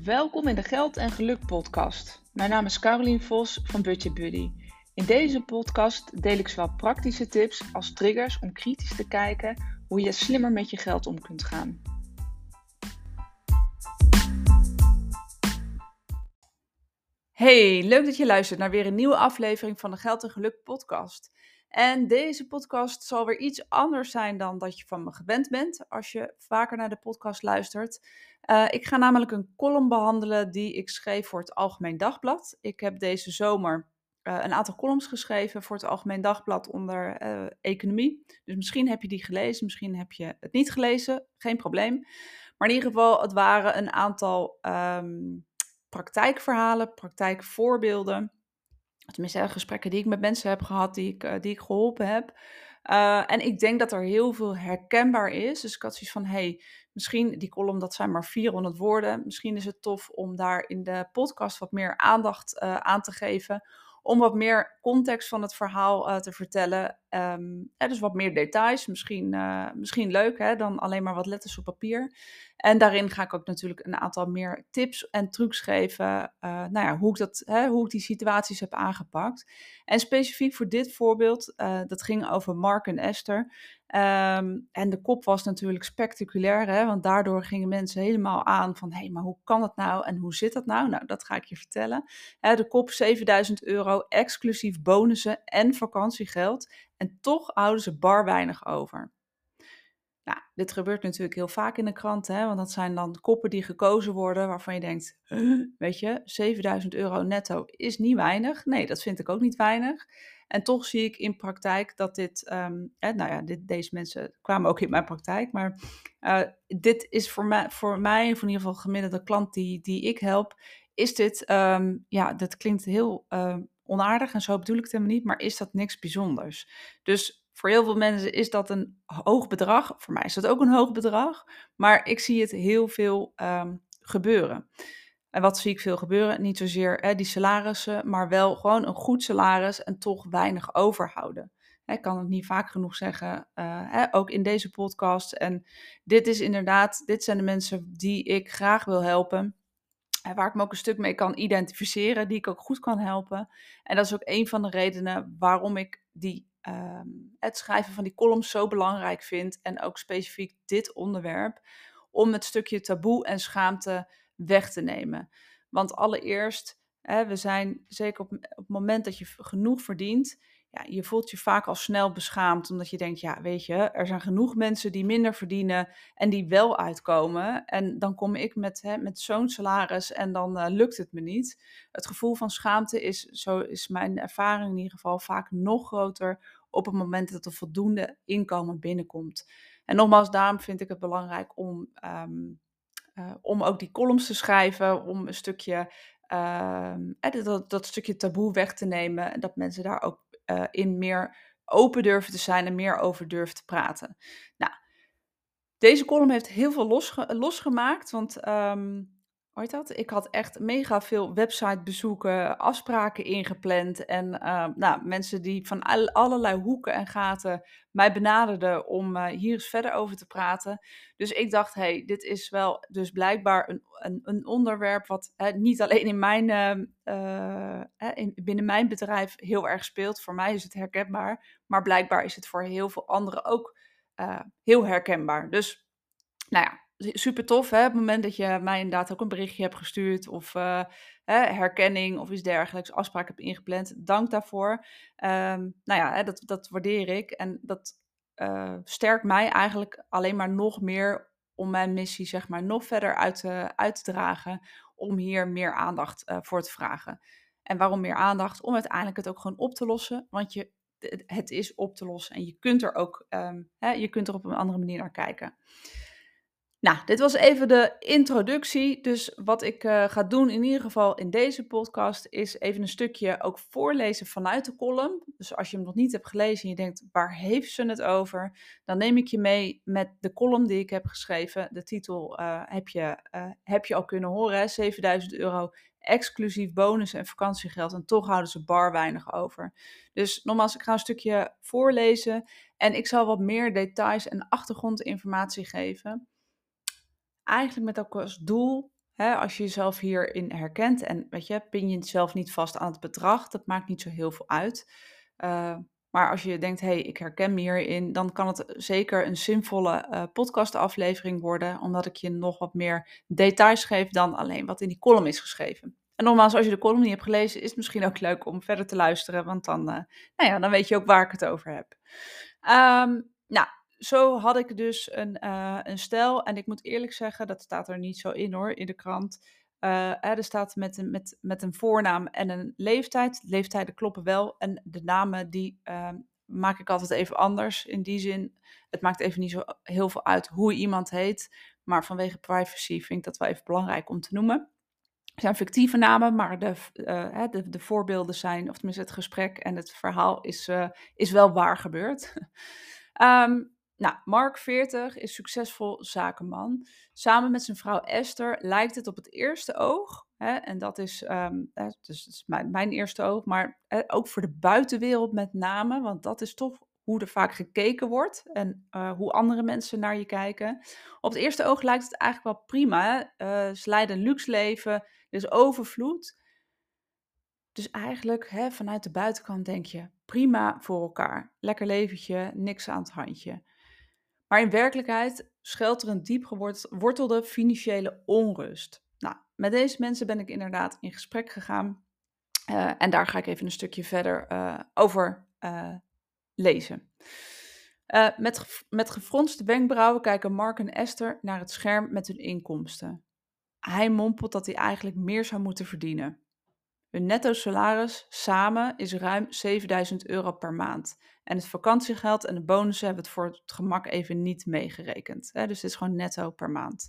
Welkom in de Geld en Geluk podcast. Mijn naam is Carolien Vos van Budget Buddy. In deze podcast deel ik zowel praktische tips als triggers om kritisch te kijken hoe je slimmer met je geld om kunt gaan. Hey, leuk dat je luistert naar weer een nieuwe aflevering van de Geld en Geluk podcast. En deze podcast zal weer iets anders zijn dan dat je van me gewend bent als je vaker naar de podcast luistert. Ik ga namelijk een column behandelen die ik schreef voor het Algemeen Dagblad. Ik heb deze zomer een aantal columns geschreven voor het Algemeen Dagblad onder economie. Dus misschien heb je die gelezen, misschien heb je het niet gelezen, geen probleem. Maar in ieder geval, het waren een aantal praktijkverhalen, praktijkvoorbeelden. Tenminste, gesprekken die ik met mensen heb gehad, die ik geholpen heb. En ik denk dat er heel veel herkenbaar is. Dus ik had zoiets van, hey, misschien die column, dat zijn maar 400 woorden. Misschien is het tof om daar in de podcast wat meer aandacht aan te geven. Om wat meer context van het verhaal te vertellen. Dus wat meer details. Misschien leuk hè, dan alleen maar wat letters op papier. En daarin ga ik ook natuurlijk een aantal meer tips en trucs geven. Hoe ik die situaties heb aangepakt. En specifiek voor dit voorbeeld, dat ging over Mark en Esther. En de kop was natuurlijk spectaculair, hè, want daardoor gingen mensen helemaal aan van, hé, maar hoe kan dat nou en hoe zit dat nou? Nou, dat ga ik je vertellen. De kop €7.000, exclusief bonussen en vakantiegeld. En toch houden ze bar weinig over. Nou, dit gebeurt natuurlijk heel vaak in de krant, hè, want dat zijn dan koppen die gekozen worden waarvan je denkt, weet je, €7.000 netto is niet weinig. Nee, dat vind ik ook niet weinig. En toch zie ik in praktijk dat deze mensen kwamen ook in mijn praktijk, maar dit is voor mij, of in ieder geval gemiddelde klant die ik help, is dit, dat klinkt heel onaardig en zo bedoel ik het helemaal niet, maar is dat niks bijzonders. Dus voor heel veel mensen is dat een hoog bedrag. Voor mij is dat ook een hoog bedrag. Maar ik zie het heel veel gebeuren. En wat zie ik veel gebeuren? Niet zozeer die salarissen, maar wel gewoon een goed salaris en toch weinig overhouden. Ik kan het niet vaak genoeg zeggen, ook in deze podcast. En dit zijn de mensen die ik graag wil helpen. Waar ik me ook een stuk mee kan identificeren, die ik ook goed kan helpen. En dat is ook een van de redenen waarom ik het schrijven van die columns zo belangrijk vind. En ook specifiek dit onderwerp. Om het stukje taboe en schaamte weg te nemen. Want allereerst, we zijn zeker op het moment dat je genoeg verdient. Ja, je voelt je vaak al snel beschaamd. Omdat je denkt, ja weet je, er zijn genoeg mensen die minder verdienen. En die wel uitkomen. En dan kom ik met zo'n salaris en dan lukt het me niet. Het gevoel van schaamte zo is mijn ervaring in ieder geval vaak nog groter op het moment dat er voldoende inkomen binnenkomt. En nogmaals, daarom vind ik het belangrijk om ook die columns te schrijven, om een stukje, dat stukje taboe weg te nemen en dat mensen daar ook in meer open durven te zijn en meer over durven te praten. Nou, deze column heeft heel veel losgemaakt, want hoe heet dat? Ik had echt mega veel websitebezoeken, afspraken ingepland en mensen die van allerlei hoeken en gaten mij benaderden om hier eens verder over te praten. Dus ik dacht, hey, dit is wel dus blijkbaar een onderwerp wat niet alleen binnen mijn bedrijf heel erg speelt. Voor mij is het herkenbaar, maar blijkbaar is het voor heel veel anderen ook heel herkenbaar. Dus, nou ja, super tof hè, op het moment dat je mij inderdaad ook een berichtje hebt gestuurd of herkenning of iets dergelijks, afspraak hebt ingepland. Dank daarvoor. Dat waardeer ik en dat sterkt mij eigenlijk alleen maar nog meer om mijn missie zeg maar nog verder uit te dragen om hier meer aandacht voor te vragen. En waarom meer aandacht? Om uiteindelijk het ook gewoon op te lossen, want het is op te lossen en je kunt er ook je kunt er op een andere manier naar kijken. Nou, dit was even de introductie. Dus wat ik ga doen in ieder geval in deze podcast is even een stukje ook voorlezen vanuit de column. Dus als je hem nog niet hebt gelezen en je denkt, waar heeft ze het over? Dan neem ik je mee met de column die ik heb geschreven. De titel heb je al kunnen horen, hè? €7.000 exclusief bonus en vakantiegeld en toch houden ze bar weinig over. Dus nogmaals, ik ga een stukje voorlezen en ik zal wat meer details en achtergrondinformatie geven. Eigenlijk met ook als doel Als je jezelf hierin herkent en weet je, pin je jezelf niet vast aan het bedrag, dat maakt niet zo heel veel uit. Maar als je denkt, hey, ik herken me hierin, dan kan het zeker een zinvolle podcastaflevering worden, omdat ik je nog wat meer details geef dan alleen wat in die column is geschreven. En nogmaals, als je de column niet hebt gelezen, is het misschien ook leuk om verder te luisteren, want dan, dan weet je ook waar ik het over heb. Nou, zo had ik dus een stel. En ik moet eerlijk zeggen, dat staat er niet zo in hoor, in de krant. Er staat met een voornaam en een leeftijd. De leeftijden kloppen wel. En de namen, die maak ik altijd even anders. In die zin, het maakt even niet zo heel veel uit hoe iemand heet. Maar vanwege privacy vind ik dat wel even belangrijk om te noemen. Het zijn fictieve namen, maar de voorbeelden zijn, of tenminste het gesprek en het verhaal is wel waar gebeurd. Nou, Mark, 40, is succesvol zakenman. Samen met zijn vrouw Esther lijkt het op het eerste oog, en dat is, dus dat is mijn eerste oog, maar ook voor de buitenwereld met name, want dat is toch hoe er vaak gekeken wordt en hoe andere mensen naar je kijken. Op het eerste oog lijkt het eigenlijk wel prima. Ze leiden een luxe leven, er is overvloed. Dus eigenlijk, vanuit de buitenkant denk je, prima voor elkaar. Lekker leventje, niks aan het handje. Maar in werkelijkheid schuilt er een diep gewortelde financiële onrust. Nou, met deze mensen ben ik inderdaad in gesprek gegaan. En daar ga ik even een stukje verder over lezen. Met gefronste wenkbrauwen kijken Mark en Esther naar het scherm met hun inkomsten. Hij mompelt dat hij eigenlijk meer zou moeten verdienen. Hun netto salaris samen is ruim €7.000 per maand. En het vakantiegeld en de bonussen hebben we het voor het gemak even niet meegerekend. Dus dit is gewoon netto per maand.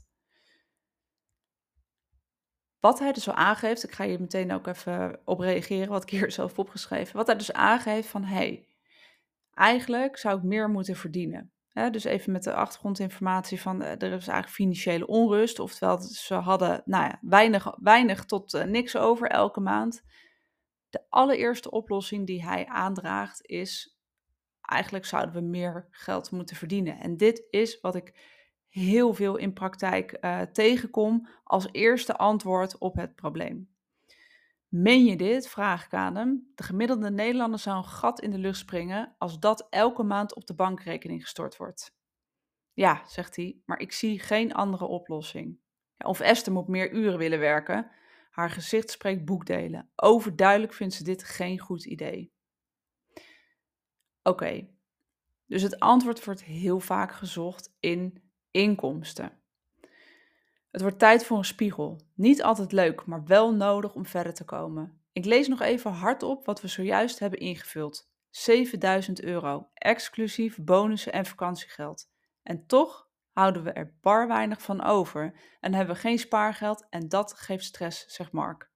Wat hij dus zo aangeeft, ik ga hier meteen ook even op reageren, wat ik hier zelf heb opgeschreven. Wat hij dus aangeeft van, eigenlijk zou ik meer moeten verdienen. Dus even met de achtergrondinformatie van, er is eigenlijk financiële onrust. Oftewel, ze hadden weinig tot niks over elke maand. De allereerste oplossing die hij aandraagt is, eigenlijk zouden we meer geld moeten verdienen. En dit is wat ik heel veel in praktijk tegenkom als eerste antwoord op het probleem. Meen je dit? Vraag ik aan hem. De gemiddelde Nederlander zou een gat in de lucht springen als dat elke maand op de bankrekening gestort wordt. Ja, zegt hij, maar ik zie geen andere oplossing. Ja, of Esther moet meer uren willen werken. Haar gezicht spreekt boekdelen. Overduidelijk vindt ze dit geen goed idee. Oké, dus het antwoord wordt heel vaak gezocht in inkomsten. Het wordt tijd voor een spiegel. Niet altijd leuk, maar wel nodig om verder te komen. Ik lees nog even hardop wat we zojuist hebben ingevuld. €7.000, exclusief bonussen en vakantiegeld. En toch houden we er bar weinig van over en hebben we geen spaargeld en dat geeft stress, zegt Mark.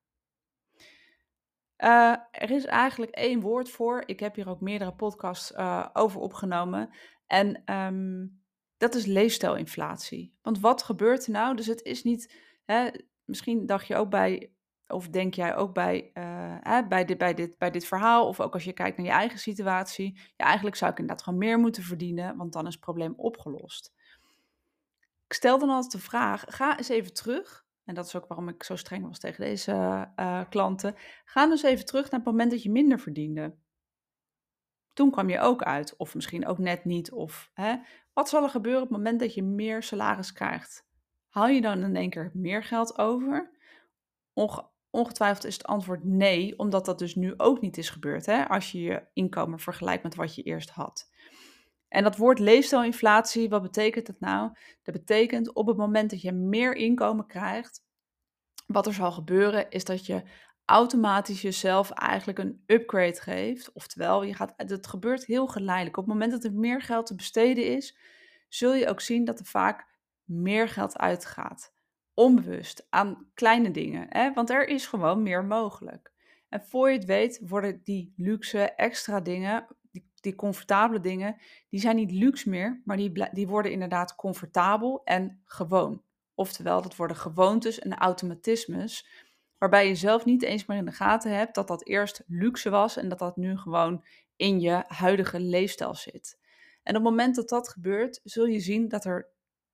Er is eigenlijk één woord voor. Ik heb hier ook meerdere podcasts over opgenomen. En dat is leefstijlinflatie. Want wat gebeurt er nou? Dus het is niet, misschien dacht je ook bij, of denk jij ook bij dit verhaal, of ook als je kijkt naar je eigen situatie. Ja, eigenlijk zou ik inderdaad gewoon meer moeten verdienen, want dan is het probleem opgelost. Ik stel dan altijd de vraag, ga eens even terug. En dat is ook waarom ik zo streng was tegen deze klanten. Ga dus even terug naar het moment dat je minder verdiende. Toen kwam je ook uit, of misschien ook net niet. Of wat zal er gebeuren op het moment dat je meer salaris krijgt? Haal je dan in één keer meer geld over? Ongetwijfeld is het antwoord nee, omdat dat dus nu ook niet is gebeurd. Als je je inkomen vergelijkt met wat je eerst had. En dat woord leefstijlinflatie, wat betekent dat nou? Dat betekent op het moment dat je meer inkomen krijgt, wat er zal gebeuren is dat je automatisch jezelf eigenlijk een upgrade geeft. Oftewel, het gebeurt heel geleidelijk. Op het moment dat er meer geld te besteden is, zul je ook zien dat er vaak meer geld uitgaat. Onbewust, aan kleine dingen. Want er is gewoon meer mogelijk. En voor je het weet worden die luxe extra dingen, die comfortabele dingen, die zijn niet luxe meer, maar die worden inderdaad comfortabel en gewoon. Oftewel, dat worden gewoontes en automatismes, waarbij je zelf niet eens meer in de gaten hebt dat dat eerst luxe was en dat dat nu gewoon in je huidige leefstijl zit. En op het moment dat dat gebeurt, zul je zien dat er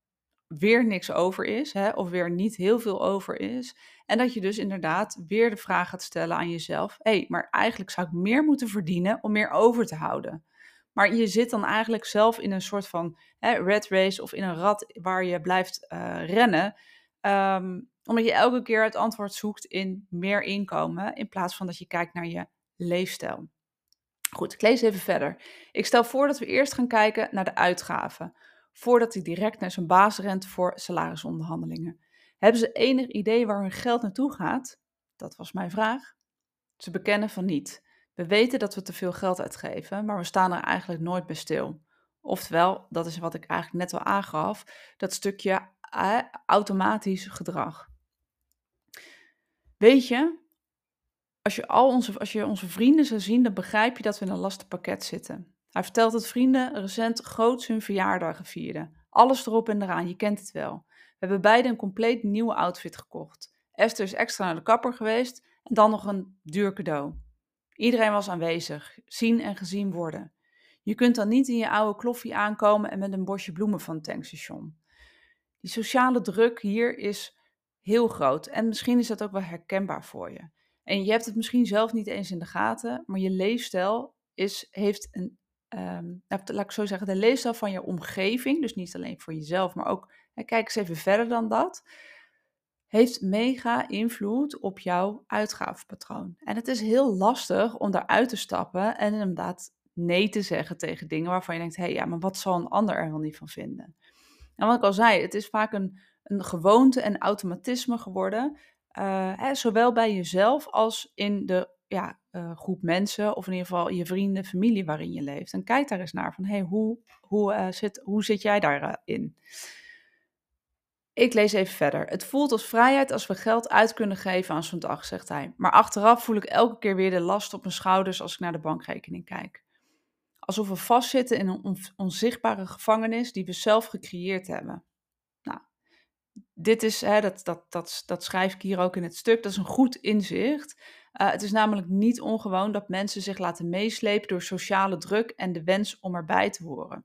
weer niks over is, hè, of weer niet heel veel over is. En dat je dus inderdaad weer de vraag gaat stellen aan jezelf: hé, maar eigenlijk zou ik meer moeten verdienen om meer over te houden. Maar je zit dan eigenlijk zelf in een soort van rat race of in een rad waar je blijft rennen. Omdat je elke keer het antwoord zoekt in meer inkomen in plaats van dat je kijkt naar je leefstijl. Goed, ik lees even verder. Ik stel voor dat we eerst gaan kijken naar de uitgaven, voordat hij direct naar zijn baas rent voor salarisonderhandelingen. Hebben ze enig idee waar hun geld naartoe gaat? Dat was mijn vraag. Ze bekennen van niet. We weten dat we te veel geld uitgeven, maar we staan er eigenlijk nooit bij stil. Oftewel, dat is wat ik eigenlijk net al aangaf, dat stukje automatisch gedrag. Weet je, als je onze vrienden zou zien, dan begrijp je dat we in een lastig pakket zitten. Hij vertelt dat vrienden recent groots hun verjaardagen vierden. Alles erop en eraan, je kent het wel. We hebben beide een compleet nieuwe outfit gekocht. Esther is extra naar de kapper geweest en dan nog een duur cadeau. Iedereen was aanwezig, zien en gezien worden. Je kunt dan niet in je oude kloffie aankomen en met een bosje bloemen van het tankstation. Die sociale druk hier is heel groot en misschien is dat ook wel herkenbaar voor je. En je hebt het misschien zelf niet eens in de gaten, maar je leefstijl heeft een, laat ik zo zeggen, de leefstijl van je omgeving, dus niet alleen voor jezelf, maar ook, kijk eens even verder dan dat, heeft mega invloed op jouw uitgavenpatroon. En het is heel lastig om daaruit te stappen en inderdaad nee te zeggen tegen dingen waarvan je denkt, hé, ja, maar wat zal een ander er wel niet van vinden? En wat ik al zei, het is vaak een gewoonte en automatisme geworden, zowel bij jezelf als in de groep mensen, of in ieder geval je vrienden, familie waarin je leeft. En kijk daar eens naar van, hey, hoe zit jij daarin? Ik lees even verder. Het voelt als vrijheid als we geld uit kunnen geven aan zo'n dag, zegt hij. Maar achteraf voel ik elke keer weer de last op mijn schouders als ik naar de bankrekening kijk. Alsof we vastzitten in een onzichtbare gevangenis die we zelf gecreëerd hebben. Nou, dit is, dat schrijf ik hier ook in het stuk, dat is een goed inzicht. Het is namelijk niet ongewoon dat mensen zich laten meeslepen door sociale druk en de wens om erbij te horen.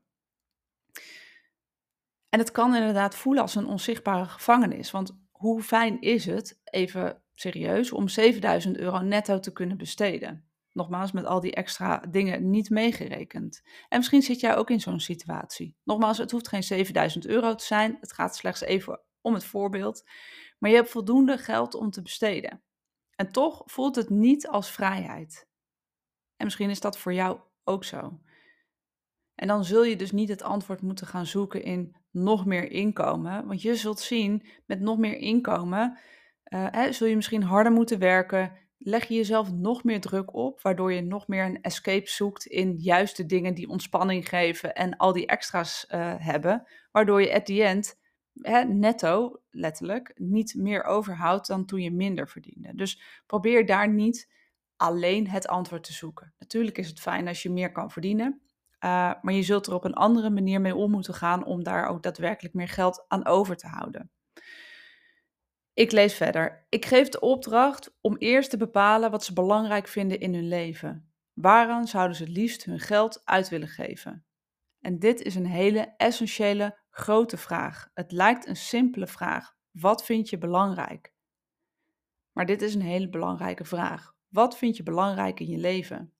En het kan inderdaad voelen als een onzichtbare gevangenis, want hoe fijn is het, even serieus, om 7.000 euro netto te kunnen besteden? Nogmaals, met al die extra dingen niet meegerekend. En misschien zit jij ook in zo'n situatie. Nogmaals, het hoeft geen 7.000 euro te zijn. Het gaat slechts even om het voorbeeld. Maar je hebt voldoende geld om te besteden. En toch voelt het niet als vrijheid. En misschien is dat voor jou ook zo. En dan zul je dus niet het antwoord moeten gaan zoeken in nog meer inkomen. Want je zult zien, met nog meer inkomen zul je misschien harder moeten werken. Leg je jezelf nog meer druk op, waardoor je nog meer een escape zoekt in juist de dingen die ontspanning geven en al die extra's hebben. Waardoor je at the end netto, letterlijk, niet meer overhoudt dan toen je minder verdiende. Dus probeer daar niet alleen het antwoord te zoeken. Natuurlijk is het fijn als je meer kan verdienen. Maar je zult er op een andere manier mee om moeten gaan om daar ook daadwerkelijk meer geld aan over te houden. Ik lees verder. Ik geef de opdracht om eerst te bepalen wat ze belangrijk vinden in hun leven. Waaraan zouden ze het liefst hun geld uit willen geven? En dit is een hele essentiële, grote vraag. Het lijkt een simpele vraag. Wat vind je belangrijk? Maar dit is een hele belangrijke vraag. Wat vind je belangrijk in je leven?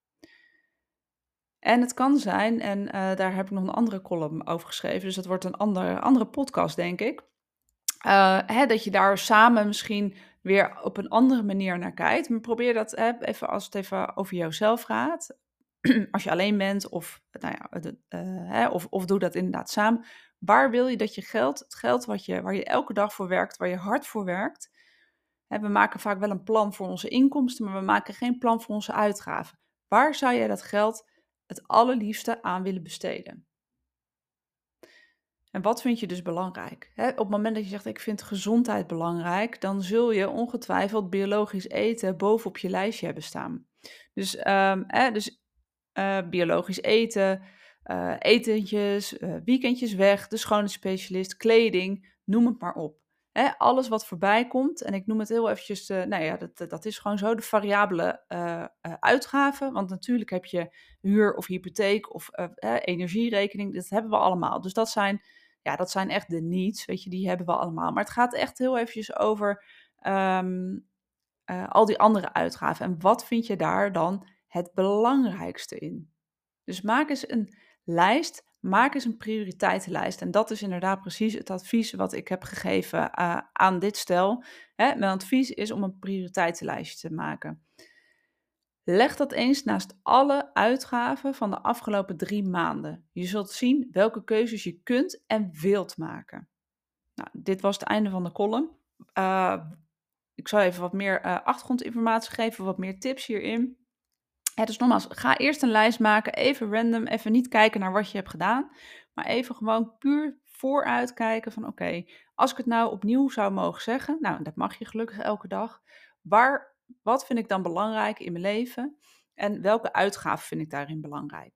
En het kan zijn, en daar heb ik nog een andere column over geschreven, dus dat wordt een andere podcast, denk ik. Dat je daar samen misschien weer op een andere manier naar kijkt. Maar probeer dat even als het even over jouzelf gaat. Als je alleen bent, of, nou ja, of doe dat inderdaad samen. Waar wil je dat je geld, het geld waar je elke dag voor werkt, waar je hard voor werkt. We maken vaak wel een plan voor onze inkomsten, maar we maken geen plan voor onze uitgaven. Waar zou jij dat geld het allerliefste aan willen besteden? En wat vind je dus belangrijk? Op het moment dat je zegt, ik vind gezondheid belangrijk, dan zul je ongetwijfeld biologisch eten bovenop je lijstje hebben staan. Dus, biologisch eten, etentjes, weekendjes weg, de schoonheidsspecialist, kleding, noem het maar op. Alles wat voorbij komt, en ik noem het heel eventjes, dat is gewoon zo, de variabele uitgaven. Want natuurlijk heb je huur of hypotheek of energierekening, dat hebben we allemaal. Dus dat zijn ja, dat zijn echt de needs, weet je, die hebben we allemaal. Maar het gaat echt heel eventjes over ehm, al die andere uitgaven. En wat vind je daar dan het belangrijkste in? Dus maak eens een lijst, maak eens een prioriteitenlijst. En dat is inderdaad precies het advies wat ik heb gegeven aan dit stel. Hè, mijn advies is om een prioriteitenlijstje te maken. Leg dat eens naast alle uitgaven van de afgelopen 3 maanden. Je zult zien welke keuzes je kunt en wilt maken. Nou, dit was het einde van de column. Ik zal even wat meer achtergrondinformatie geven, wat meer tips hierin. Dus nogmaals, ga eerst een lijst maken, even random, even niet kijken naar wat je hebt gedaan, maar even gewoon puur vooruit kijken van oké, als ik het nou opnieuw zou mogen zeggen, nou dat mag je gelukkig elke dag, wat vind ik dan belangrijk in mijn leven en welke uitgaven vind ik daarin belangrijk?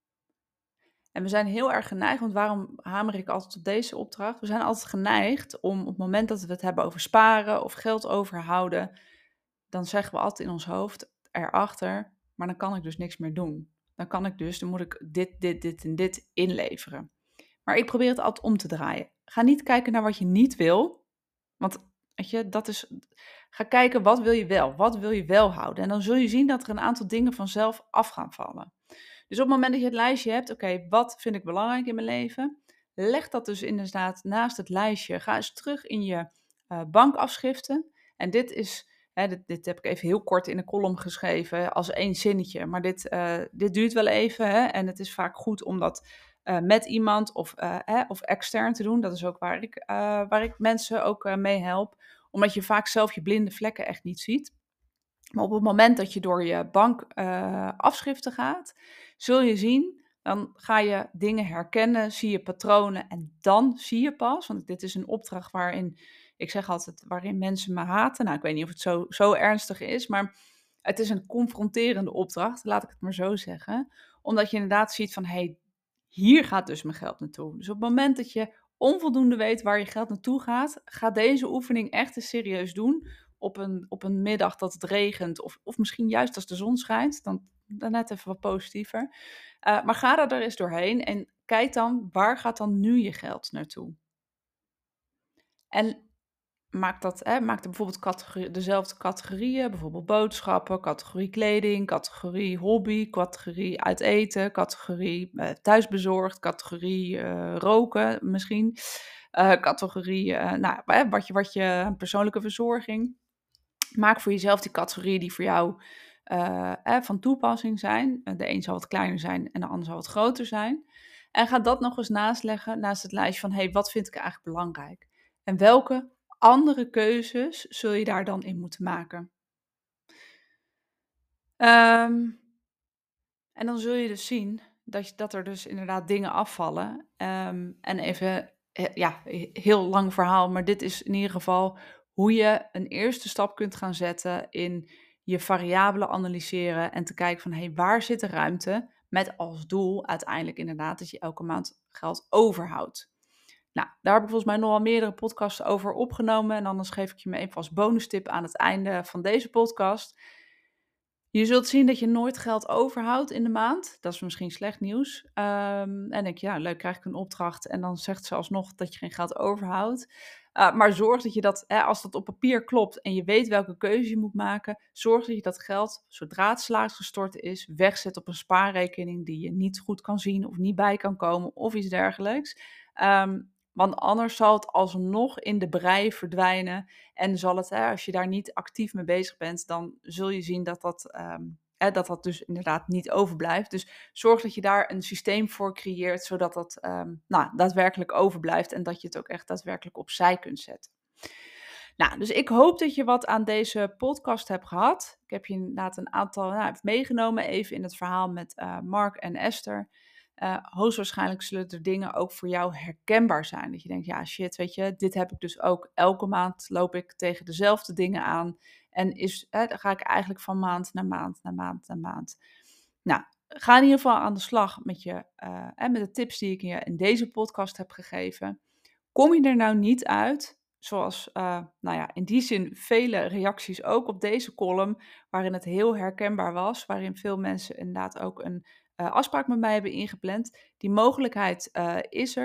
En we zijn heel erg geneigd, want waarom hamer ik altijd op deze opdracht? We zijn altijd geneigd om op het moment dat we het hebben over sparen of geld overhouden, dan zeggen we altijd in ons hoofd erachter, maar dan kan ik dus niks meer doen. Dan moet ik dit en dit inleveren. Maar ik probeer het altijd om te draaien. Ga niet kijken naar wat je niet wil, want weet je, ga kijken wat wil je wel houden. En dan zul je zien dat er een aantal dingen vanzelf af gaan vallen. Dus op het moment dat je het lijstje hebt, oké, wat vind ik belangrijk in mijn leven? Leg dat dus inderdaad naast het lijstje. Ga eens terug in je bankafschriften. En dit heb ik even heel kort in een column geschreven als 1 zinnetje. Maar dit duurt wel even. Hè? En het is vaak goed om dat met iemand of extern te doen. Dat is ook waar ik mensen ook mee help. Omdat je vaak zelf je blinde vlekken echt niet ziet. Maar op het moment dat je door je bank afschriften gaat, zul je zien, dan ga je dingen herkennen, zie je patronen en dan zie je pas, want dit is een opdracht waarin, ik zeg altijd, waarin mensen me haten. Nou, ik weet niet of het zo ernstig is, maar het is een confronterende opdracht, laat ik het maar zo zeggen. Omdat je inderdaad ziet van, hey, hier gaat dus mijn geld naartoe. Dus op het moment dat je onvoldoende weet waar je geld naartoe gaat, ga deze oefening echt eens serieus doen op een middag dat het regent, of misschien juist als de zon schijnt, dan net even wat positiever. Maar ga er eens doorheen en kijk dan, waar gaat dan nu je geld naartoe? En maak er bijvoorbeeld dezelfde categorieën, bijvoorbeeld boodschappen, categorie kleding, categorie hobby, categorie uit eten, categorie thuisbezorgd, categorie roken misschien, categorie wat je persoonlijke verzorging. Maak voor jezelf die categorieën die voor jou van toepassing zijn. De een zal wat kleiner zijn en de ander zal wat groter zijn. En ga dat nog eens naastleggen naast het lijstje van, hey, wat vind ik eigenlijk belangrijk? En welke andere keuzes zul je daar dan in moeten maken? Ehm, en dan zul je dus zien dat er dus inderdaad dingen afvallen. En even, heel lang verhaal, maar dit is in ieder geval hoe je een eerste stap kunt gaan zetten in je variabelen analyseren en te kijken van, hey, waar zit de ruimte? Met als doel uiteindelijk inderdaad dat je elke maand geld overhoudt. Nou, daar heb ik volgens mij nog wel meerdere podcasts over opgenomen. En anders geef ik je me even als bonustip aan het einde van deze podcast. Je zult zien dat je nooit geld overhoudt in de maand. Dat is misschien slecht nieuws. En denk je, ja, leuk, krijg ik een opdracht. En dan zegt ze alsnog dat je geen geld overhoudt. Maar zorg dat je dat, als dat op papier klopt en je weet welke keuze je moet maken, zorg dat je dat geld, zodra het salaris gestort is, wegzet op een spaarrekening die je niet goed kan zien of niet bij kan komen of iets dergelijks. Want anders zal het alsnog in de brei verdwijnen. En zal het, als je daar niet actief mee bezig bent, dan zul je zien dat dat dus inderdaad niet overblijft. Dus zorg dat je daar een systeem voor creëert, zodat dat daadwerkelijk overblijft en dat je het ook echt daadwerkelijk opzij kunt zetten. Nou, dus ik hoop dat je wat aan deze podcast hebt gehad. Ik heb je inderdaad een aantal meegenomen, even in het verhaal met Mark en Esther. Hoogstwaarschijnlijk zullen er dingen ook voor jou herkenbaar zijn. Dat je denkt, ja shit, weet je, dit heb ik dus ook. Elke maand loop ik tegen dezelfde dingen aan. En dan ga ik eigenlijk van maand naar maand, naar maand, naar maand. Nou, ga in ieder geval aan de slag met de tips die ik je in deze podcast heb gegeven. Kom je er nou niet uit, zoals in die zin vele reacties ook op deze column, waarin het heel herkenbaar was, waarin veel mensen inderdaad ook een afspraak met mij hebben ingepland. Die mogelijkheid is er.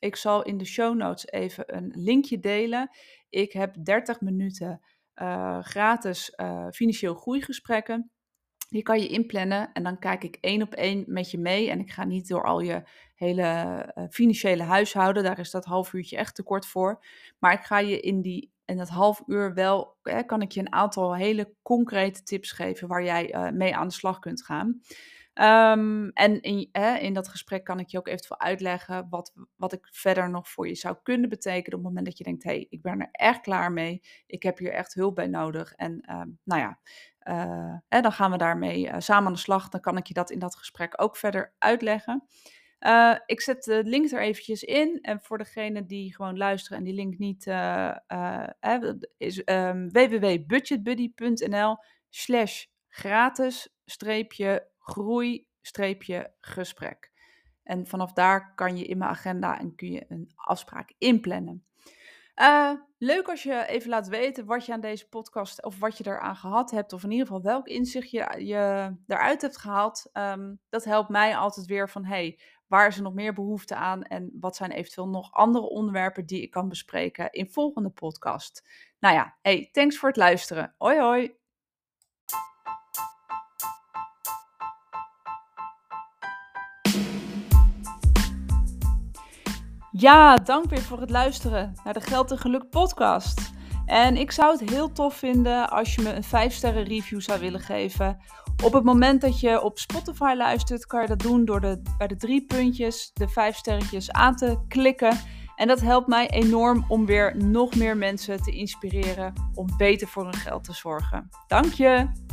Ik zal in de show notes even een linkje delen. Ik heb 30 minuten gratis financieel groeigesprekken. Die kan je inplannen en dan kijk ik 1 op 1 met je mee. En ik ga niet door al je hele financiële huishouden. Daar is dat half uurtje echt te kort voor. Maar ik ga je in dat half uur wel, kan ik je een aantal hele concrete tips geven waar jij mee aan de slag kunt gaan. En in dat gesprek kan ik je ook eventueel uitleggen wat ik verder nog voor je zou kunnen betekenen op het moment dat je denkt, hey, ik ben er echt klaar mee. Ik heb hier echt hulp bij nodig. En dan gaan we daarmee samen aan de slag. Dan kan ik je dat in dat gesprek ook verder uitleggen. Ik zet de link er eventjes in. En voor degene die gewoon luisteren en die link niet, is www.budgetbuddy.nl/gratis-groei-gesprek. En vanaf daar kan je in mijn agenda en kun je een afspraak inplannen. Leuk als je even laat weten wat je aan deze podcast of wat je eraan gehad hebt. Of in ieder geval welk inzicht je eruit hebt gehaald. Dat helpt mij altijd weer van, hey, waar is er nog meer behoefte aan? En wat zijn eventueel nog andere onderwerpen die ik kan bespreken in volgende podcast? Nou ja, hey, thanks voor het luisteren. Hoi hoi! Ja, dank weer voor het luisteren naar de Geld en Geluk podcast. En ik zou het heel tof vinden als je me een 5-sterren review zou willen geven. Op het moment dat je op Spotify luistert, kan je dat doen door bij de 3 puntjes de 5 sterretjes aan te klikken. En dat helpt mij enorm om weer nog meer mensen te inspireren om beter voor hun geld te zorgen. Dank je!